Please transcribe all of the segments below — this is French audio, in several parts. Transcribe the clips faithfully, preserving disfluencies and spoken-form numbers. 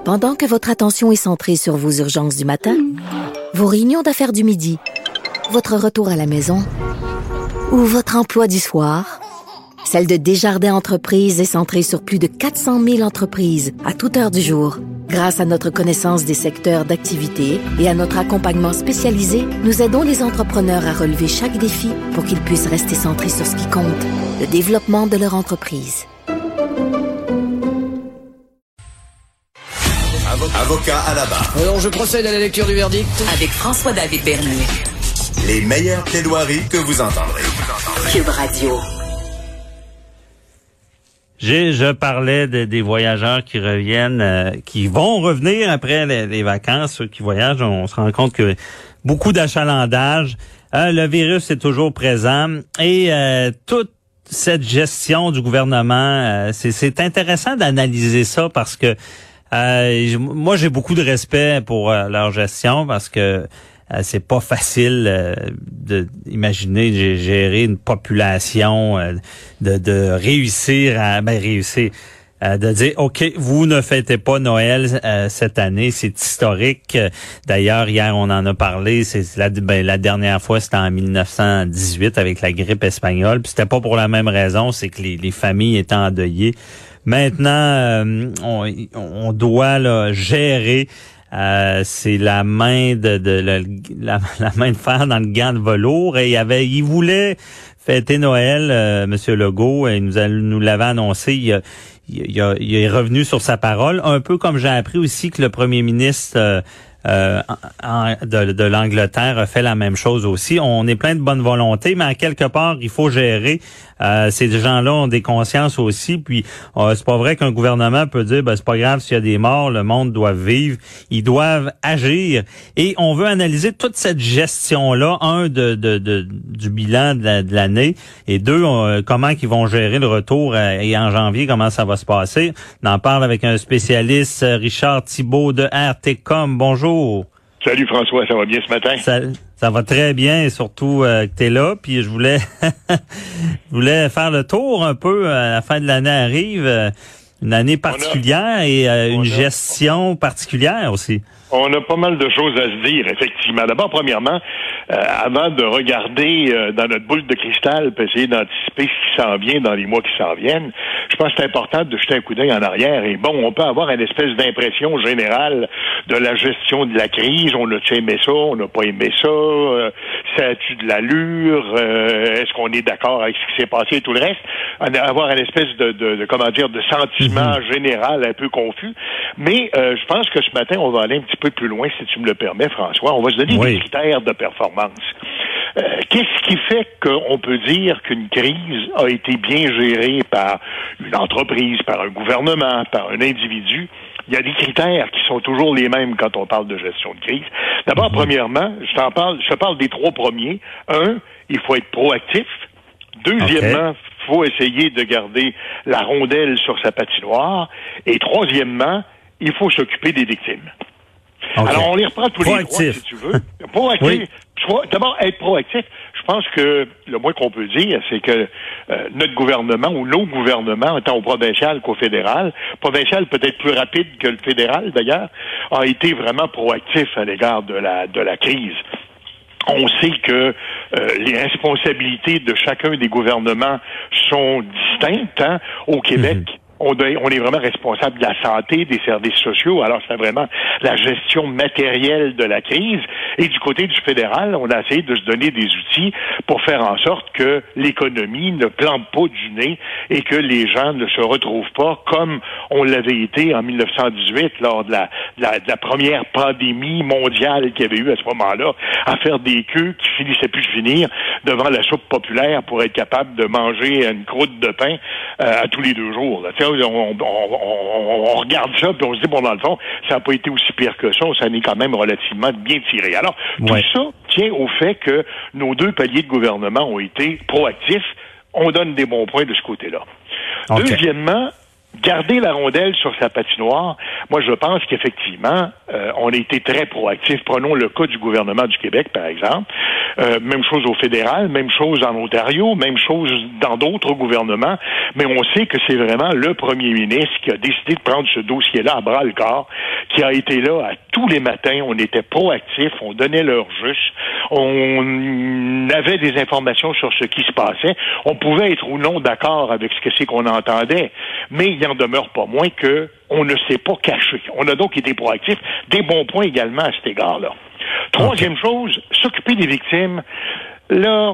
Pendant que votre attention est centrée sur vos urgences du matin, vos réunions d'affaires du midi, votre retour à la maison ou votre emploi du soir, celle de Desjardins Entreprises est centrée sur plus de quatre cent mille entreprises à toute heure du jour. Grâce à notre connaissance des secteurs d'activité et à notre accompagnement spécialisé, nous aidons les entrepreneurs à relever chaque défi pour qu'ils puissent rester centrés sur ce qui compte, le développement de leur entreprise. Avocat à la barre. Alors, je procède à la lecture du verdict. Avec François-David Bernier. Les meilleures plaidoiries que vous entendrez. Cube Radio. J'ai, je parlais de, des voyageurs qui reviennent, euh, qui vont revenir après les, les vacances. Ceux qui voyagent, on se rend compte que beaucoup d'achalandage. Euh, le virus est toujours présent et euh, toute cette gestion du gouvernement, euh, c'est, c'est intéressant d'analyser ça parce que euh, moi j'ai beaucoup de respect pour euh, leur gestion parce que Euh, c'est pas facile euh, de imaginer de gérer une population, euh, de, de réussir à ben réussir euh, de dire OK, vous ne fêtez pas Noël euh, cette année, c'est historique. D'ailleurs, hier on en a parlé, c'est la, ben, la dernière fois c'était en dix-neuf cent dix-huit avec la grippe espagnole, puis c'était pas pour la même raison, c'est que les, les familles étaient endeuillées. Maintenant, euh, on, on doit là, gérer. Euh, c'est la main de, de la, la, la main de fer dans le gant de velours et il avait, il voulait fêter Noël, euh, Monsieur Legault, et il nous, a, nous l'avait annoncé. Il, a, il, a, il est revenu sur sa parole, un peu comme j'ai appris aussi que le Premier ministre euh, euh, en, de, de l'Angleterre a fait la même chose aussi. On est plein de bonne volonté, mais à quelque part il faut gérer. Euh, ces gens-là ont des consciences aussi, puis euh, c'est pas vrai qu'un gouvernement peut dire ben c'est pas grave s'il y a des morts, le monde doit vivre, ils doivent agir. Et on veut analyser toute cette gestion-là, un de, de, de du bilan de, la, de l'année, et deux euh, comment qu'ils vont gérer le retour euh, et en janvier comment ça va se passer. On en parle avec un spécialiste, Richard Thibault de R T Com. Bonjour. Salut François, ça va bien ce matin? Ça, ça va très bien, et surtout euh, que t'es là. Puis je voulais, je voulais faire le tour un peu. À la fin de l'année arrive, euh, une année particulière a, et euh, une a, gestion particulière aussi. On a pas mal de choses à se dire, effectivement. D'abord, premièrement, euh, avant de regarder euh, dans notre boule de cristal pour essayer d'anticiper ce qui s'en vient dans les mois qui s'en viennent, je pense que c'est important de jeter un coup d'œil en arrière. Et bon, on peut avoir une espèce d'impression générale de la gestion de la crise. On a-tu aimé ça? On n'a pas aimé ça? Euh, ça a-tu de l'allure? Euh, est-ce qu'on est d'accord avec ce qui s'est passé et tout le reste? Avoir une espèce de, de, de comment dire, de sentiment mm-hmm. général un peu confus. Mais euh, je pense que ce matin, on va aller un petit peu plus loin, si tu me le permets, François. On va se donner oui. des critères de performance. Euh, qu'est-ce qui fait qu'on peut dire qu'une crise a été bien gérée par une entreprise, par un gouvernement, par un individu? Il y a des critères qui sont toujours les mêmes quand on parle de gestion de crise. D'abord, mm-hmm. premièrement, je t'en parle, je te parle des trois premiers. Un, il faut être proactif. Deuxièmement, okay. il faut essayer de garder la rondelle sur sa patinoire. Et troisièmement, il faut s'occuper des victimes. Okay. Alors, on les reprend tous proactif. les trois, si tu veux. Proactif. Oui. D'abord, être proactif. Je pense que le moins qu'on peut dire, c'est que euh, notre gouvernement ou nos gouvernements, tant au provincial qu'au fédéral, provincial peut-être plus rapide que le fédéral d'ailleurs, a été vraiment proactif à l'égard de la de la crise. On sait que euh, les responsabilités de chacun des gouvernements sont distinctes. Hein? Au Québec, mm-hmm. On, doit, on est vraiment responsable de la santé, des services sociaux. Alors, c'est vraiment la gestion matérielle de la crise. Et du côté du fédéral, on a essayé de se donner des outils pour faire en sorte que l'économie ne plante pas du nez et que les gens ne se retrouvent pas comme on l'avait été en dix-neuf cent dix-huit lors de la, de la, de la première pandémie mondiale qu'il y avait eu à ce moment-là, à faire des queues qui finissaient plus de finir devant la soupe populaire pour être capable de manger une croûte de pain euh, à tous les deux jours. Là. On, on, on, on regarde ça puis on se dit, bon, dans le fond, ça n'a pas été aussi pire que ça, ça n'est quand même relativement bien tiré. Alors, ouais. tout ça tient au fait que nos deux paliers de gouvernement ont été proactifs. On donne des bons points de ce côté-là. Okay. Deuxièmement, Garder la rondelle sur sa patinoire, moi je pense qu'effectivement, euh, on a été très proactifs. Prenons le cas du gouvernement du Québec, par exemple. Euh, même chose au fédéral, même chose en Ontario, même chose dans d'autres gouvernements. Mais on sait que c'est vraiment le premier ministre qui a décidé de prendre ce dossier-là à bras-le-corps, qui a été là à tous les matins. On était proactifs, on donnait l'heure juste, on avait des informations sur ce qui se passait. On pouvait être ou non d'accord avec ce que c'est qu'on entendait, mais il n'en demeure pas moins que on ne s'est pas caché. On a donc été proactifs. Des bons points également à cet égard-là. Troisième okay. chose, s'occuper des victimes. Là,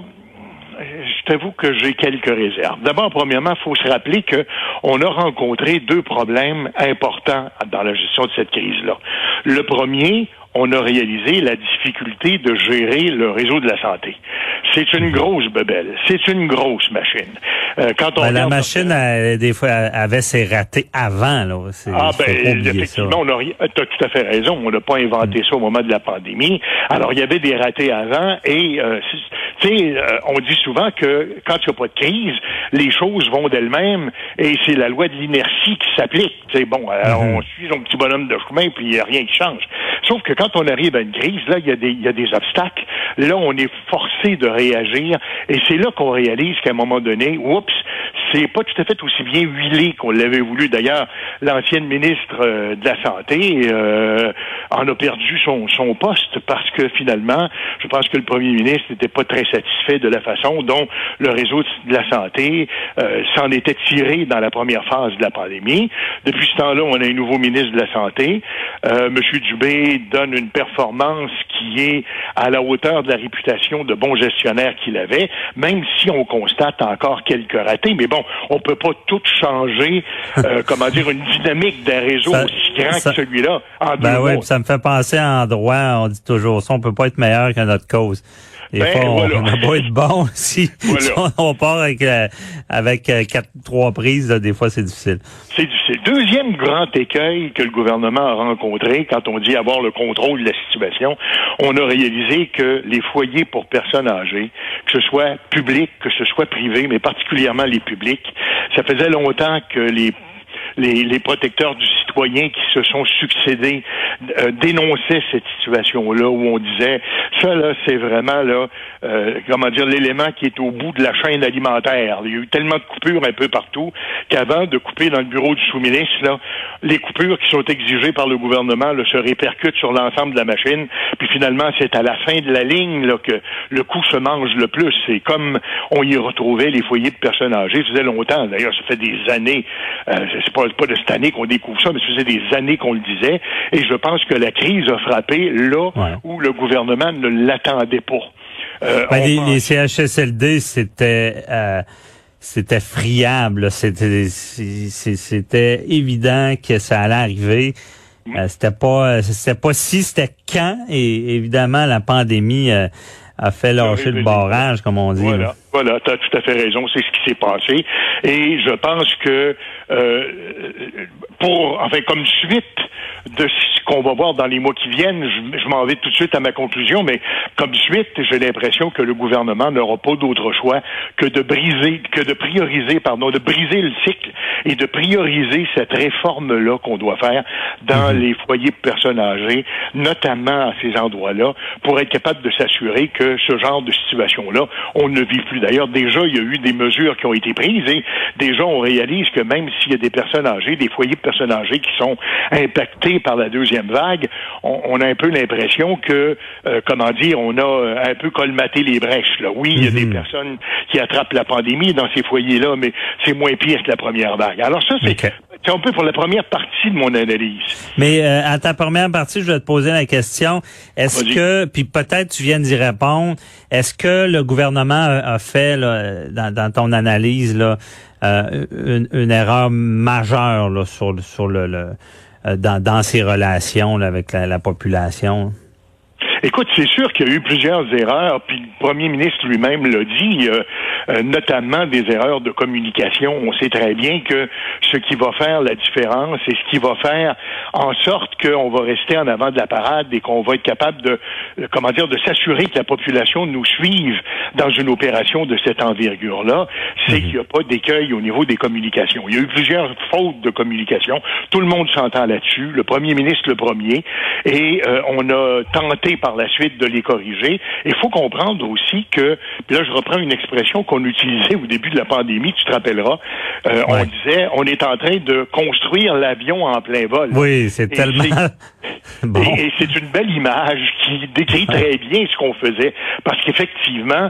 je t'avoue que j'ai quelques réserves. D'abord, premièrement, il faut se rappeler que on a rencontré deux problèmes importants dans la gestion de cette crise-là. Le premier, on a réalisé la difficulté de gérer le réseau de la santé. C'est une grosse bebelle. C'est une grosse machine. Euh, quand on ben, la machine, dans... elle, des fois, avait ses ratés avant. Là. C'est, ah ben, effectivement, on a ri... t'as tout à fait raison. On n'a pas inventé mm. ça au moment de la pandémie. Alors, il y avait des ratés avant et, euh, tu sais, euh, on dit souvent que quand il n'y a pas de crise, les choses vont d'elles-mêmes et c'est la loi de l'inertie qui s'applique. C'est bon, alors, mm-hmm. on suit son petit bonhomme de chemin puis il n'y a rien qui change. Sauf que quand on arrive à une crise, là, il y a des, il y a des obstacles. Là, on est forcé de réagir. Et c'est là qu'on réalise qu'à un moment donné, oups, c'est pas tout à fait aussi bien huilé qu'on l'avait voulu. D'ailleurs, l'ancienne ministre euh, de la Santé euh, en a perdu son, son poste parce que finalement, je pense que le premier ministre n'était pas très satisfait de la façon dont le réseau de la santé euh, s'en était tiré dans la première phase de la pandémie. Depuis ce temps-là, on a un nouveau ministre de la Santé. Euh, M. Dubé donne une performance qui est à la hauteur de la réputation de bon gestionnaire qu'il avait, même si on constate encore quelques ratés. Mais bon, on peut pas tout changer, euh, comment dire, une dynamique d'un réseau ça, aussi grand ça, que celui-là en deux ben mois. Oui, ça me fait penser en droit, on dit toujours ça, on peut pas être meilleur que notre cause. Des ben, fois, on, voilà. on a beau être bon si, voilà. si on, on part avec euh, avec euh, quatre, trois prises, là, des fois c'est difficile. C'est difficile. Deuxième grand écueil que le gouvernement a rencontré quand on dit avoir le contrôle de la situation, on a réalisé que les foyers pour personnes âgées, que ce soit public, que ce soit privé, mais particulièrement les publics, ça faisait longtemps que les Les, les protecteurs du citoyen qui se sont succédés euh, dénonçaient cette situation-là où on disait ça là c'est vraiment là euh, comment dire l'élément qui est au bout de la chaîne alimentaire. Il y a eu tellement de coupures un peu partout qu'avant de couper dans le bureau du sous-ministre là, les coupures qui sont exigées par le gouvernement là, se répercutent sur l'ensemble de la machine. Puis finalement c'est à la fin de la ligne là que le coup se mange le plus. C'est comme on y retrouvait les foyers de personnes âgées. Ça faisait longtemps. D'ailleurs ça fait des années. Euh, c'est pas pas de cette année qu'on découvre ça, mais ça faisait des années qu'on le disait. Et je pense que la crise a frappé là ouais. où le gouvernement ne l'attendait pas. Euh, ben, les, pense... les C H S L D, c'était euh, c'était friable. C'était c'était évident que ça allait arriver. Mmh. Euh, c'était pas c'était pas si, c'était quand. Et évidemment, la pandémie euh, a fait lâcher le barrage, comme on dit. Voilà, voilà, tu as tout à fait raison, c'est ce qui s'est passé. Et je pense que euh, pour, enfin, comme suite de ce qu'on va voir dans les mois qui viennent, je, je m'en vais tout de suite à ma conclusion, mais comme suite, j'ai l'impression que le gouvernement n'aura pas d'autre choix que de briser, que de prioriser, pardon, de briser le cycle et de prioriser cette réforme-là qu'on doit faire dans mmh. les foyers de personnes âgées, notamment à ces endroits-là, pour être capable de s'assurer que ce genre de situation-là, on ne vit plus. D'ailleurs, déjà, il y a eu des mesures qui ont été prises et déjà, on réalise que même s'il y a des personnes âgées, des foyers de personnes âgées qui sont impactés par la deuxième vague, on, on a un peu l'impression que, euh, comment dire, on a un peu colmaté les brèches. Là. Oui, il y a mm-hmm. des personnes qui attrapent la pandémie dans ces foyers-là, mais c'est moins pire que la première vague. Alors ça, c'est... Okay. C'est un peu pour la première partie de mon analyse. Mais euh, à ta première partie, je vais te poser la question, est-ce Vas-y. que, puis peut-être tu viens d'y répondre, est-ce que le gouvernement a, a fait, là, dans, dans ton analyse, là, euh, une, une erreur majeure là, sur, sur le, le euh, dans, dans ses relations là, avec la, la population? Écoute, c'est sûr qu'il y a eu plusieurs erreurs, puis le premier ministre lui-même l'a dit. Euh, euh, notamment des erreurs de communication. On sait très bien que ce qui va faire la différence et ce qui va faire en sorte qu'on va rester en avant de la parade et qu'on va être capable de, euh, comment dire, de s'assurer que la population nous suive dans une opération de cette envergure-là, c'est qu'il n'y a pas d'écueil au niveau des communications. Il y a eu plusieurs fautes de communication. Tout le monde s'entend là-dessus. Le premier ministre le premier. Et euh, on a tenté par la suite de les corriger. Il faut comprendre aussi que, puis là je reprends une expression qu'on utilisait au début de la pandémie, tu te rappelleras, euh, ouais. on disait on est en train de construire l'avion en plein vol. Oui, c'est et tellement... C'est, bon. Et, et c'est une belle image qui décrit très bien ce qu'on faisait. Parce qu'effectivement,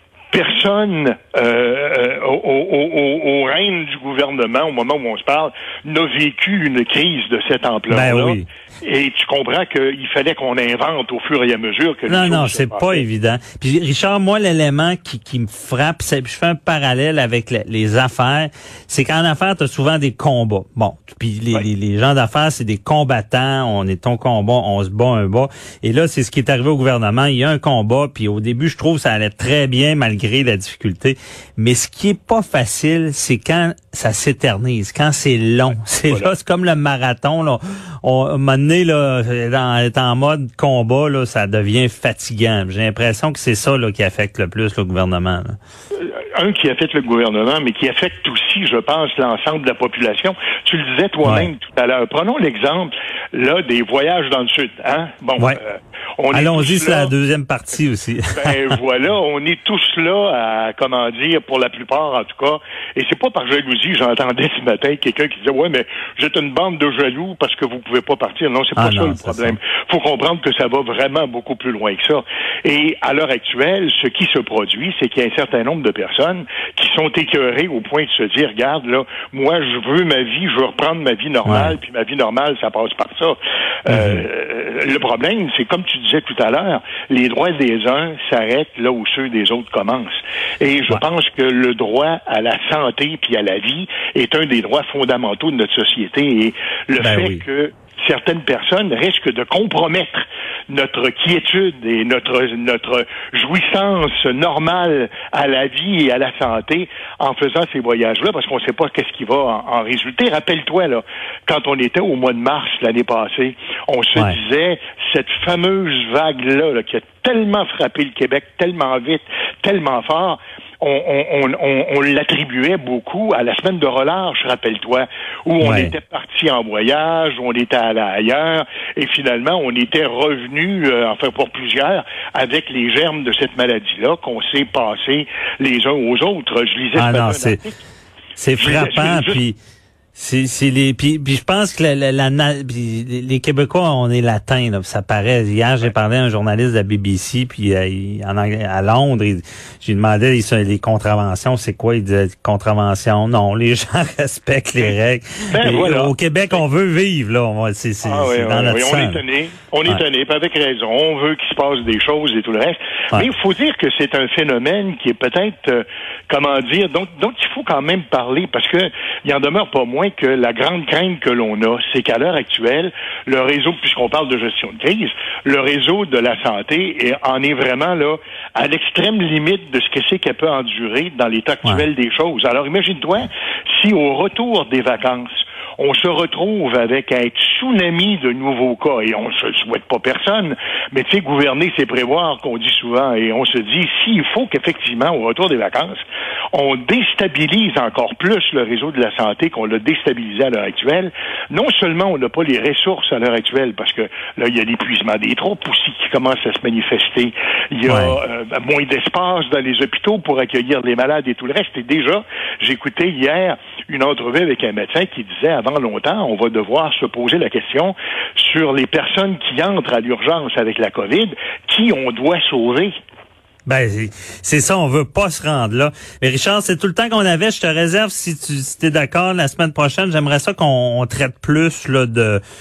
personne euh, au, au, au, au règne du gouvernement, au moment où on se parle, n'a vécu une crise de cette ampleur-là. Ben oui. Et tu comprends qu'il fallait qu'on invente au fur et à mesure que... Non, non, c'est pas évident. Puis Richard, moi, l'élément qui, qui me frappe, c'est, je fais un parallèle avec les, les affaires, c'est qu'en affaires, tu as souvent des combats. Bon, puis les, ouais. les, les gens d'affaires, c'est des combattants, on est ton combat, on se bat un bas. Et là, c'est ce qui est arrivé au gouvernement. Il y a un combat, puis au début, je trouve que ça allait très bien malgré la difficulté. Mais ce qui est pas facile, c'est quand ça s'éternise, quand c'est long. C'est voilà. Là, c'est comme le marathon, là. On, à un moment donné, là, dans, en mode combat, là, ça devient fatigant. J'ai l'impression que c'est ça là, qui affecte le plus le gouvernement. Là. Un qui affecte le gouvernement, mais qui affecte aussi, je pense, l'ensemble de la population. Tu le disais toi-même ouais. tout à l'heure. Prenons l'exemple là des voyages dans le Sud. Hein? Bon, ouais. euh, on Allons-y, c'est la deuxième partie aussi. Ben voilà, on est tous là à, comment dire, pour la plupart en tout cas. Et c'est pas par jalousie, j'entendais ce matin quelqu'un qui disait ouais, mais vous êtes une bande de jaloux parce que vous pouvez pas partir. Non, c'est pas ah ça non, le problème. Il faut comprendre que ça va vraiment beaucoup plus loin que ça. Et à l'heure actuelle, ce qui se produit, c'est qu'il y a un certain nombre de personnes qui sont écœurées au point de se dire, regarde, là, moi, je veux ma vie, je veux reprendre ma vie normale, ouais. puis ma vie normale, ça passe par ça. Mm-hmm. Euh, le problème, c'est comme tu disais tout à l'heure, les droits des uns s'arrêtent là où ceux des autres commencent. Et je ouais. pense que le droit à la santé puis à la vie est un des droits fondamentaux de notre société. Et le ben fait oui. que certaines personnes risquent de compromettre notre quiétude et notre notre jouissance normale à la vie et à la santé en faisant ces voyages-là, parce qu'on ne sait pas qu'est-ce qui va en, en résulter. Rappelle-toi, là, quand on était au mois de mars l'année passée, on se ouais. disait, cette fameuse vague-là là, qui a tellement frappé le Québec, tellement vite, tellement fort, On, on, on, on l'attribuait beaucoup à la semaine de relâche, rappelle-toi, où on ouais. était parti en voyage, où on était allé ailleurs, et finalement, on était revenu, euh, enfin pour plusieurs, avec les germes de cette maladie-là qu'on s'est passé les uns aux autres. Je lisais ah ce non, c'est, c'est frappant, je, je, puis... C'est, c'est les puis, puis je pense que la, la, la, les Québécois, on est latins, là, ça paraît. Hier, j'ai parlé à un journaliste de la B B C, puis euh, il, en anglais, à Londres, il, j'ai demandé les, les contraventions, c'est quoi? Il disait contraventions. Non, les gens respectent les règles. Ben, et, voilà. Au Québec, on veut vivre, là. On, c'est, c'est, ah, c'est oui, dans oui, notre oui. sang. On est étonné, on est étonné, ouais. avec raison. On veut qu'il se passe des choses et tout le reste. Ouais. Mais il faut dire que c'est un phénomène qui est peut-être, euh, comment dire, dont, dont il faut quand même parler, parce que il en demeure pas moins que la grande crainte que l'on a, c'est qu'à l'heure actuelle, le réseau, puisqu'on parle de gestion de crise, le réseau de la santé est, en est vraiment là à l'extrême limite de ce que c'est qu'elle peut endurer dans l'état actuel ouais. des choses. Alors imagine-toi si au retour des vacances, on se retrouve avec un tsunami de nouveaux cas, et on se souhaite pas personne, mais tu sais, gouverner, c'est prévoir, qu'on dit souvent, et on se dit, s'il faut qu'effectivement, au retour des vacances, on déstabilise encore plus le réseau de la santé qu'on l'a déstabilisé à l'heure actuelle, non seulement on n'a pas les ressources à l'heure actuelle, parce que là, il y a l'épuisement des troupes aussi qui commence à se manifester, il y a ouais. euh, moins d'espace dans les hôpitaux pour accueillir les malades et tout le reste, et déjà, j'écoutais hier une entrevue avec un médecin qui disait, avant longtemps, on va devoir se poser la question sur les personnes qui entrent à l'urgence avec la COVID, qui on doit sauver. Ben, c'est ça, on veut pas se rendre là. Mais Richard, c'est tout le temps qu'on avait. Je te réserve, si tu si t'es d'accord, la semaine prochaine, j'aimerais ça qu'on traite plus là de...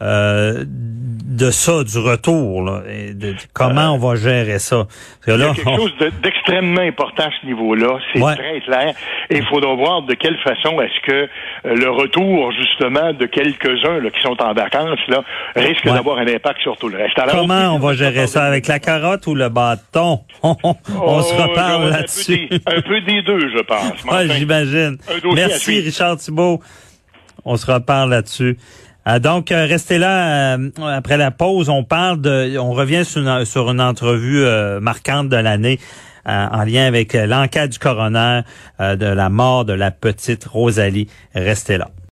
euh, de ça, du retour, là, et de, de comment euh, on va gérer ça. Parce que là, il y a quelque on... chose de, d'extrêmement important à ce niveau-là, c'est ouais. très clair, et il faudra voir de quelle façon est-ce que euh, le retour, justement, de quelques-uns là, qui sont en vacances, là, risque ouais. d'avoir un impact sur tout le reste. Alors, comment on va gérer ça, avec la carotte ou le bâton? On, on oh, se reparle là-dessus. Un peu, des, un peu des deux, je pense. Ouais, enfin, j'imagine. Merci, Richard Thibault. On se reparle là-dessus. Euh, donc, euh, restez là. Euh, après la pause, on parle de, on revient sur une, sur une entrevue euh, marquante de l'année euh, en lien avec euh, l'enquête du coroner euh, de la mort de la petite Rosalie. Restez là.